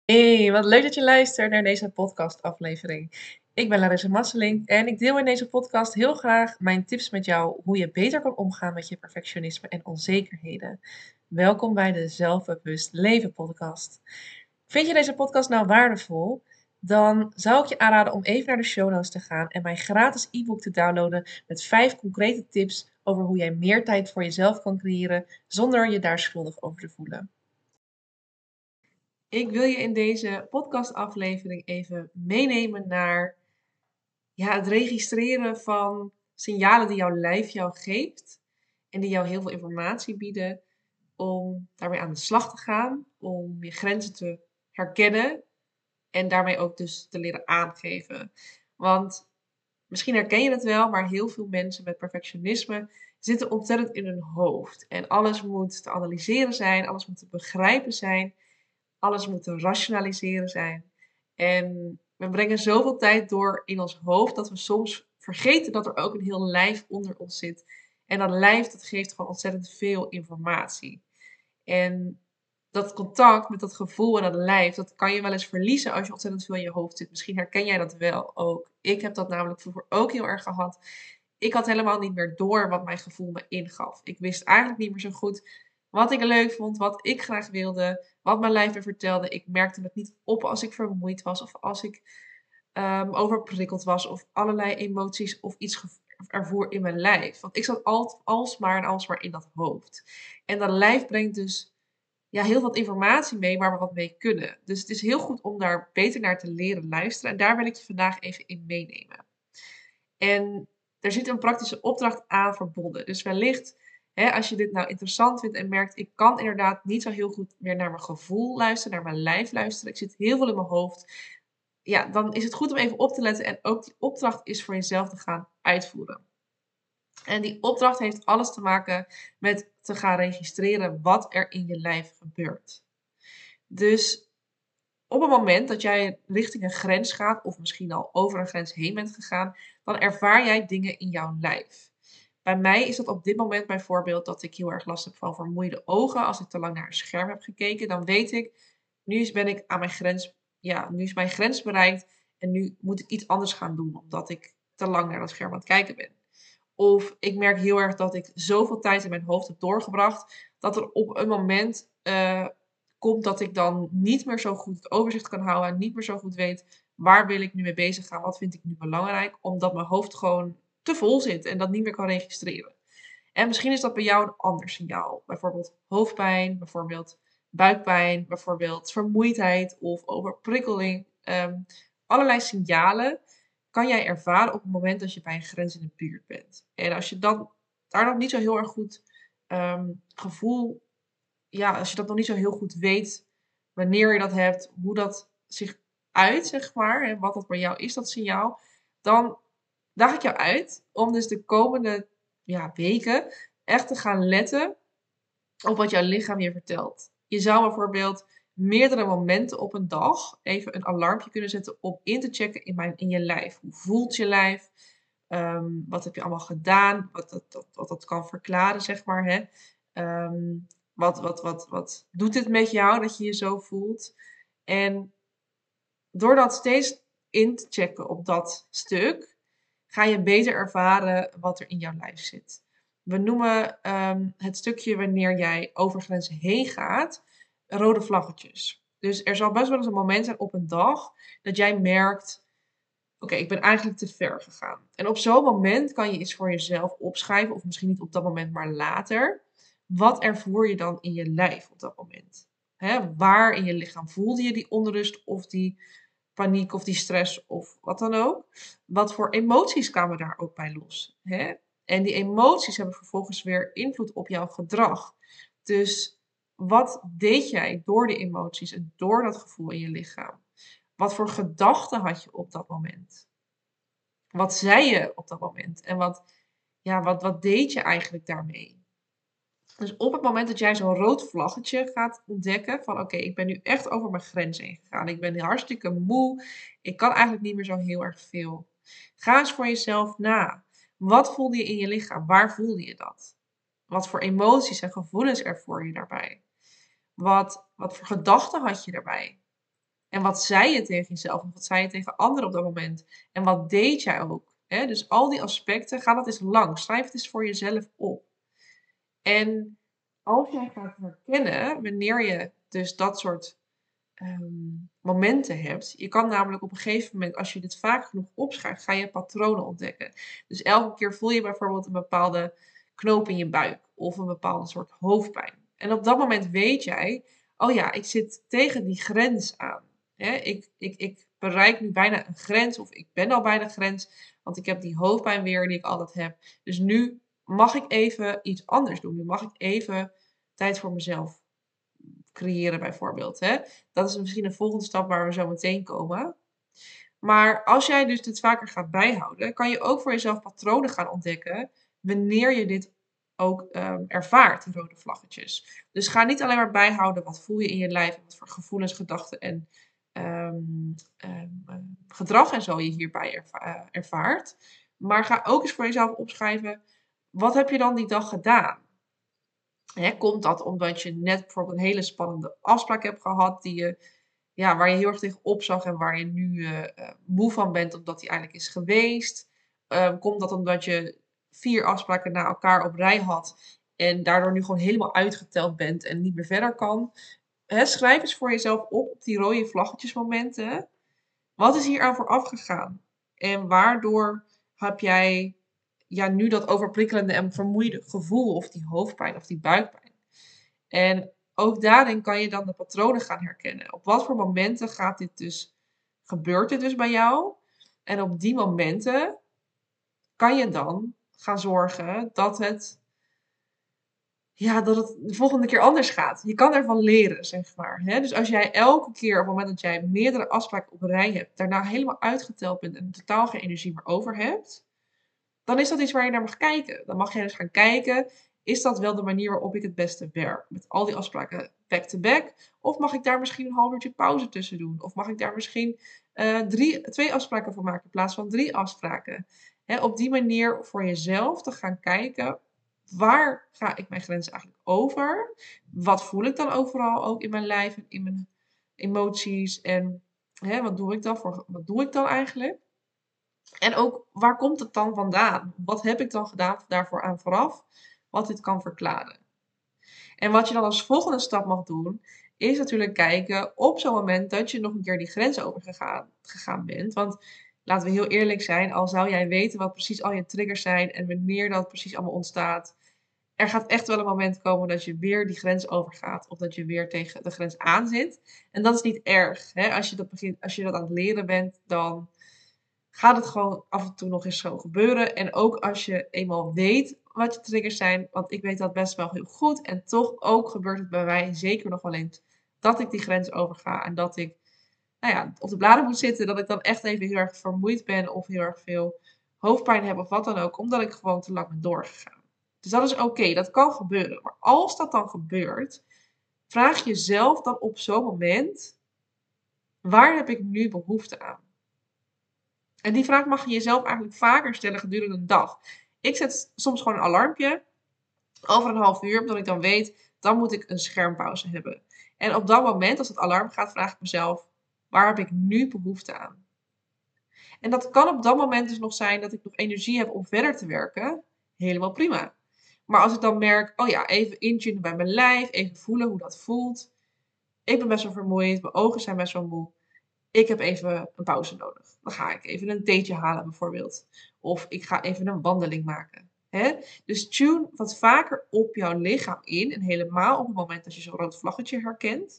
Hey, wat leuk dat je luistert naar deze podcastaflevering. Ik ben Larissa Masseling en ik deel in deze podcast heel graag mijn tips met jou hoe je beter kan omgaan met je perfectionisme en onzekerheden. Welkom bij de Zelfbewust Leven podcast. Vind je deze podcast nou waardevol? Dan zou ik je aanraden om even naar de show notes te gaan en mijn gratis e-book te downloaden met 5 concrete tips over hoe jij meer tijd voor jezelf kan creëren zonder je daar schuldig over te voelen. Ik wil je in deze podcastaflevering even meenemen naar het registreren van signalen die jouw lijf jou geeft en die jou heel veel informatie bieden om daarmee aan de slag te gaan, om je grenzen te herkennen en daarmee ook dus te leren aangeven. Want misschien herken je het wel, maar heel veel mensen met perfectionisme zitten ontzettend in hun hoofd. En alles moet te analyseren zijn, alles moet te begrijpen zijn, alles moet te rationaliseren zijn. En we brengen zoveel tijd door in ons hoofd dat we soms vergeten dat er ook een heel lijf onder ons zit. En dat lijf dat geeft gewoon ontzettend veel informatie. En dat contact met dat gevoel en dat lijf, dat kan je wel eens verliezen als je ontzettend veel in je hoofd zit. Misschien herken jij dat wel ook. Ik heb dat namelijk vroeger ook heel erg gehad. Ik had helemaal niet meer door wat mijn gevoel me ingaf. Ik wist eigenlijk niet meer zo goed wat ik leuk vond, wat ik graag wilde, wat mijn lijf me vertelde. Ik merkte het niet op als ik vermoeid was of als ik overprikkeld was of allerlei emoties of iets ervoer in mijn lijf. Want ik zat alsmaar en alsmaar in dat hoofd. En dat lijf brengt dus heel wat informatie mee waar we wat mee kunnen. Dus het is heel goed om daar beter naar te leren luisteren. En daar wil ik je vandaag even in meenemen. En er zit een praktische opdracht aan verbonden. Dus wellicht, als je dit nou interessant vindt en merkt, ik kan inderdaad niet zo heel goed meer naar mijn gevoel luisteren, naar mijn lijf luisteren. Ik zit heel veel in mijn hoofd. Ja, dan is het goed om even op te letten en ook die opdracht is voor jezelf te gaan uitvoeren. En die opdracht heeft alles te maken met te gaan registreren wat er in je lijf gebeurt. Dus op het moment dat jij richting een grens gaat, of misschien al over een grens heen bent gegaan, dan ervaar jij dingen in jouw lijf. Bij mij is dat op dit moment bijvoorbeeld dat ik heel erg last heb van vermoeide ogen. Als ik te lang naar een scherm heb gekeken, dan weet ik, ben ik aan mijn grens, nu is mijn grens bereikt en nu moet ik iets anders gaan doen, omdat ik te lang naar dat scherm aan het kijken ben. Of ik merk heel erg dat ik zoveel tijd in mijn hoofd heb doorgebracht, dat er op een moment komt dat ik dan niet meer zo goed het overzicht kan houden en niet meer zo goed weet waar wil ik nu mee bezig gaan, wat vind ik nu belangrijk, omdat mijn hoofd gewoon te vol zit en dat niet meer kan registreren. En misschien is dat bij jou een ander signaal. Bijvoorbeeld hoofdpijn, bijvoorbeeld buikpijn, bijvoorbeeld vermoeidheid of overprikkeling. Allerlei signalen kan jij ervaren op het moment dat je bij een grens in de buurt bent. En als je dan daar nog niet zo heel erg goed gevoel, als je dat nog niet zo heel goed weet wanneer je dat hebt, hoe dat zich uit, zeg maar, en wat dat bij jou is, dat signaal, dan daag ik jou uit om dus de komende weken echt te gaan letten op wat jouw lichaam je vertelt. Je zou bijvoorbeeld meerdere momenten op een dag even een alarmpje kunnen zetten om in te checken in je lijf. Hoe voelt je lijf? Wat heb je allemaal gedaan? Wat dat kan verklaren, zeg maar. Hè? Ehm, wat doet dit met jou dat je je zo voelt? En door dat steeds in te checken op dat stuk, ga je beter ervaren wat er in jouw lijf zit. We noemen het stukje wanneer jij over grenzen heen gaat, rode vlaggetjes. Dus er zal best wel eens een moment zijn op een dag dat jij merkt, oké, ik ben eigenlijk te ver gegaan. En op zo'n moment kan je iets voor jezelf opschrijven, of misschien niet op dat moment, maar later. Wat ervoer je dan in je lijf op dat moment? Waar in je lichaam voelde je die onrust of die paniek of die stress of wat dan ook? Wat voor emoties kwamen daar ook bij los? En die emoties hebben vervolgens weer invloed op jouw gedrag. Dus wat deed jij door die emoties en door dat gevoel in je lichaam? Wat voor gedachten had je op dat moment? Wat zei je op dat moment? En wat deed je eigenlijk daarmee? Dus op het moment dat jij zo'n rood vlaggetje gaat ontdekken van oké, ik ben nu echt over mijn grens heen gegaan. Ik ben hartstikke moe. Ik kan eigenlijk niet meer zo heel erg veel. Ga eens voor jezelf na. Wat voelde je in je lichaam? Waar voelde je dat? Wat voor emoties en gevoelens ervoor je daarbij? Wat voor gedachten had je daarbij? En wat zei je tegen jezelf? Of wat zei je tegen anderen op dat moment? En wat deed jij ook? Hè? Dus al die aspecten, ga dat eens langs. Schrijf het eens voor jezelf op. En als jij gaat herkennen wanneer je dus dat soort momenten hebt. Je kan namelijk op een gegeven moment, als je dit vaak genoeg opschrijft, ga je patronen ontdekken. Dus elke keer voel je bijvoorbeeld een bepaalde knoop in je buik of een bepaalde soort hoofdpijn. En op dat moment weet jij, oh ja, ik zit tegen die grens aan. Hè? Ik bereik nu bijna een grens of ik ben al bij de grens, want ik heb die hoofdpijn weer die ik altijd heb. Dus nu mag ik even iets anders doen. Nu mag ik even tijd voor mezelf creëren bijvoorbeeld. Hè? Dat is misschien een volgende stap waar we zo meteen komen. Maar als jij dus dit vaker gaat bijhouden, kan je ook voor jezelf patronen gaan ontdekken wanneer je dit ook ervaart, die rode vlaggetjes. Dus ga niet alleen maar bijhouden wat voel je in je lijf, en wat voor gevoelens, gedachten en ehm, gedrag en zo je hierbij ervaart. Maar ga ook eens voor jezelf opschrijven, wat heb je dan die dag gedaan? Hè, komt dat omdat je net bijvoorbeeld een hele spannende afspraak hebt gehad die je, ja, waar je heel erg tegen opzag en waar je nu moe van bent omdat die eigenlijk is geweest? Komt dat omdat je 4 afspraken na elkaar op rij had en daardoor nu gewoon helemaal uitgeteld bent en niet meer verder kan? Hè, schrijf eens voor jezelf op die rode vlaggetjesmomenten. Wat is hier aan vooraf gegaan? En waardoor heb jij ja, nu dat overprikkelende en vermoeide gevoel of die hoofdpijn of die buikpijn? En ook daarin kan je dan de patronen gaan herkennen. Op wat voor momenten gebeurt dit dus bij jou? En op die momenten kan je dan gaan zorgen dat het de volgende keer anders gaat. Je kan ervan leren, zeg maar. Hè? Dus als jij elke keer op het moment dat jij meerdere afspraken op een rij hebt, daarna helemaal uitgeteld bent en totaal geen energie meer over hebt, dan is dat iets waar je naar mag kijken. Dan mag je dus gaan kijken, is dat wel de manier waarop ik het beste werk? Met al die afspraken back-to-back? Of mag ik daar misschien een half uurtje pauze tussen doen? Of mag ik daar misschien 2 afspraken voor maken in plaats van 3 afspraken? Hè, op die manier voor jezelf te gaan kijken, waar ga ik mijn grenzen eigenlijk over? Wat voel ik dan overal ook in mijn lijf en in mijn emoties? En hè, wat doe ik dan eigenlijk? En ook, waar komt het dan vandaan? Wat heb ik dan gedaan daarvoor aan vooraf, wat dit kan verklaren? En wat je dan als volgende stap mag doen, is natuurlijk kijken op zo'n moment dat je nog een keer die grens gegaan bent. Want laten we heel eerlijk zijn, al zou jij weten wat precies al je triggers zijn en wanneer dat precies allemaal ontstaat, er gaat echt wel een moment komen dat je weer die grens overgaat of dat je weer tegen de grens aan zit. En dat is niet erg. Hè? Als je dat aan het leren bent, dan gaat het gewoon af en toe nog eens zo gebeuren. En ook als je eenmaal weet wat je triggers zijn, want ik weet dat best wel heel goed. En toch ook gebeurt het bij mij zeker nog wel eens dat ik die grens overga. En dat ik op de bladen moet zitten. Dat ik dan echt even heel erg vermoeid ben of heel erg veel hoofdpijn heb of wat dan ook. Omdat ik gewoon te lang ben doorgegaan. Dus dat is oké, dat kan gebeuren. Maar als dat dan gebeurt, vraag jezelf dan op zo'n moment, waar heb ik nu behoefte aan? En die vraag mag je jezelf eigenlijk vaker stellen gedurende een dag. Ik zet soms gewoon een alarmpje over een half uur, omdat ik dan weet, dan moet ik een schermpauze hebben. En op dat moment, als het alarm gaat, vraag ik mezelf, waar heb ik nu behoefte aan? En dat kan op dat moment dus nog zijn dat ik nog energie heb om verder te werken. Helemaal prima. Maar als ik dan merk, oh ja, even intunen bij mijn lijf, even voelen hoe dat voelt. Ik ben best wel vermoeid, mijn ogen zijn best wel moe. Ik heb even een pauze nodig. Dan ga ik even een theetje halen bijvoorbeeld. Of ik ga even een wandeling maken. Hè? Dus tune wat vaker op jouw lichaam in. En helemaal op het moment dat je zo'n rood vlaggetje herkent.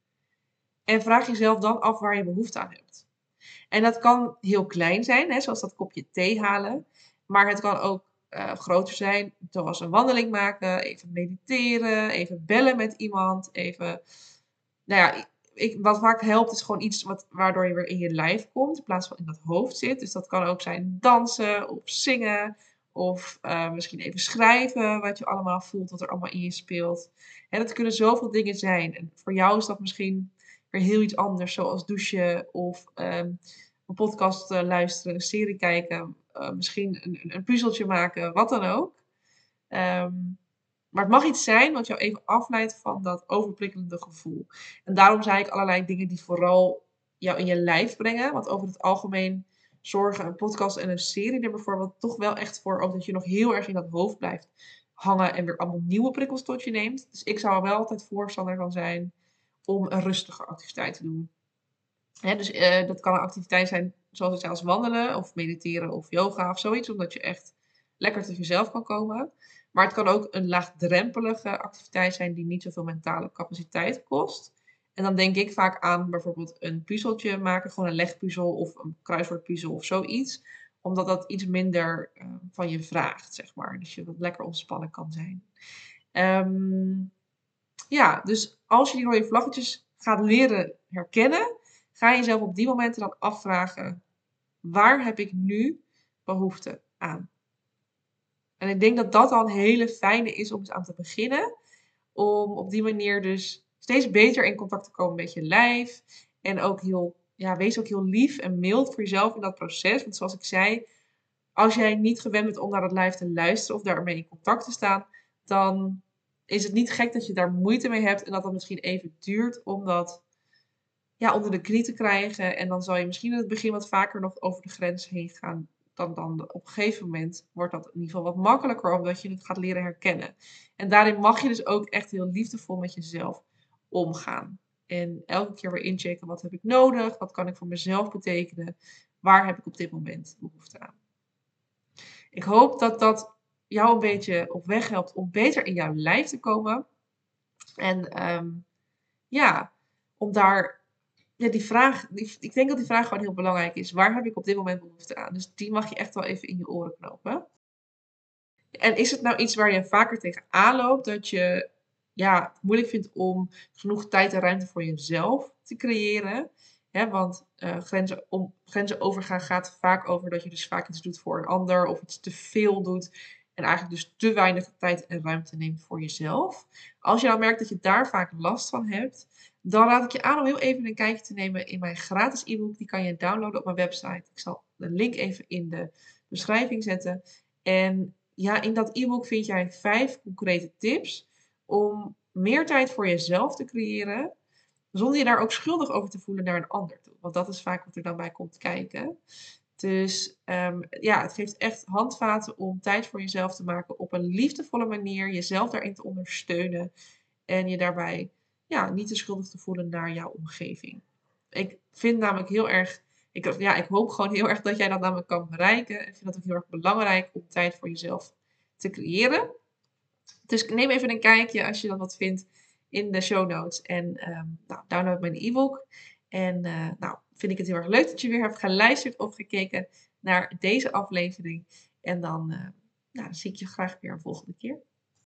En vraag jezelf dan af waar je behoefte aan hebt. En dat kan heel klein zijn, hè, zoals dat kopje thee halen. Maar het kan ook groter zijn, zoals een wandeling maken, even mediteren, even bellen met iemand, even nou ja, wat vaak helpt is gewoon iets waardoor je weer in je lijf komt in plaats van in dat hoofd zit. Dus dat kan ook zijn dansen of zingen of misschien even schrijven wat je allemaal voelt, wat er allemaal in je speelt. En dat kunnen zoveel dingen zijn. En voor jou is dat misschien weer heel iets anders, zoals douchen of een podcast luisteren, een serie kijken, misschien een puzzeltje maken, wat dan ook. Ehm, maar het mag iets zijn wat jou even afleidt van dat overprikkelende gevoel. En daarom zei ik allerlei dingen die vooral jou in je lijf brengen. Want over het algemeen zorgen een podcast en een serie er bijvoorbeeld toch wel echt voor ook dat je nog heel erg in dat hoofd blijft hangen en weer allemaal nieuwe prikkels tot je neemt. Dus ik zou er wel altijd voorstander van zijn om een rustige activiteit te doen. Dus dat kan een activiteit zijn zoals ik zei als wandelen of mediteren of yoga of zoiets, omdat je echt lekker tot jezelf kan komen. Maar het kan ook een laagdrempelige activiteit zijn die niet zoveel mentale capaciteit kost. En dan denk ik vaak aan bijvoorbeeld een puzzeltje maken, gewoon een legpuzzel of een kruiswoordpuzzel of zoiets. Omdat dat iets minder van je vraagt, zeg maar. Dus je wat lekker ontspannen kan zijn. Ehm, ja, dus als je die rode vlaggetjes gaat leren herkennen, ga je jezelf op die momenten dan afvragen: waar heb ik nu behoefte aan? En ik denk dat dat al een hele fijne is om eens aan te beginnen. Om op die manier dus steeds beter in contact te komen met je lijf. En ook wees ook heel lief en mild voor jezelf in dat proces. Want zoals ik zei, als jij niet gewend bent om naar dat lijf te luisteren of daarmee in contact te staan, dan is het niet gek dat je daar moeite mee hebt en dat het misschien even duurt om dat onder de knie te krijgen. En dan zal je misschien in het begin wat vaker nog over de grens heen gaan. Dan op een gegeven moment wordt dat in ieder geval wat makkelijker, omdat je het gaat leren herkennen. En daarin mag je dus ook echt heel liefdevol met jezelf omgaan. En elke keer weer inchecken, wat heb ik nodig? Wat kan ik voor mezelf betekenen? Waar heb ik op dit moment behoefte aan? Ik hoop dat dat jou een beetje op weg helpt om beter in jouw lijf te komen. En ja, om daar die vraag, ik denk dat die vraag gewoon heel belangrijk is. Waar heb ik op dit moment behoefte aan? Dus die mag je echt wel even in je oren knopen. En is het nou iets waar je vaker tegenaan loopt, dat je het moeilijk vindt om genoeg tijd en ruimte voor jezelf te creëren? Want grenzen overgaan gaat vaak over dat je dus vaak iets doet voor een ander of iets te veel doet en eigenlijk dus te weinig tijd en ruimte neemt voor jezelf. Als je nou merkt dat je daar vaak last van hebt, dan raad ik je aan om heel even een kijkje te nemen in mijn gratis e-book. Die kan je downloaden op mijn website. Ik zal de link even in de beschrijving zetten. En ja, in dat e-book vind jij 5 concrete tips om meer tijd voor jezelf te creëren, zonder je daar ook schuldig over te voelen naar een ander toe. Want dat is vaak wat er dan bij komt kijken. Dus het geeft echt handvaten om tijd voor jezelf te maken op een liefdevolle manier, jezelf daarin te ondersteunen en je daarbij niet te schuldig te voelen naar jouw omgeving. Ik vind namelijk heel erg, ik hoop gewoon heel erg dat jij dat namelijk kan bereiken. Ik vind dat ook heel erg belangrijk om tijd voor jezelf te creëren. Dus neem even een kijkje als je dat wat vindt in de show notes. En download mijn e-book. En vind ik het heel erg leuk dat je weer hebt geluisterd of gekeken naar deze aflevering. En dan zie ik je graag weer een volgende keer.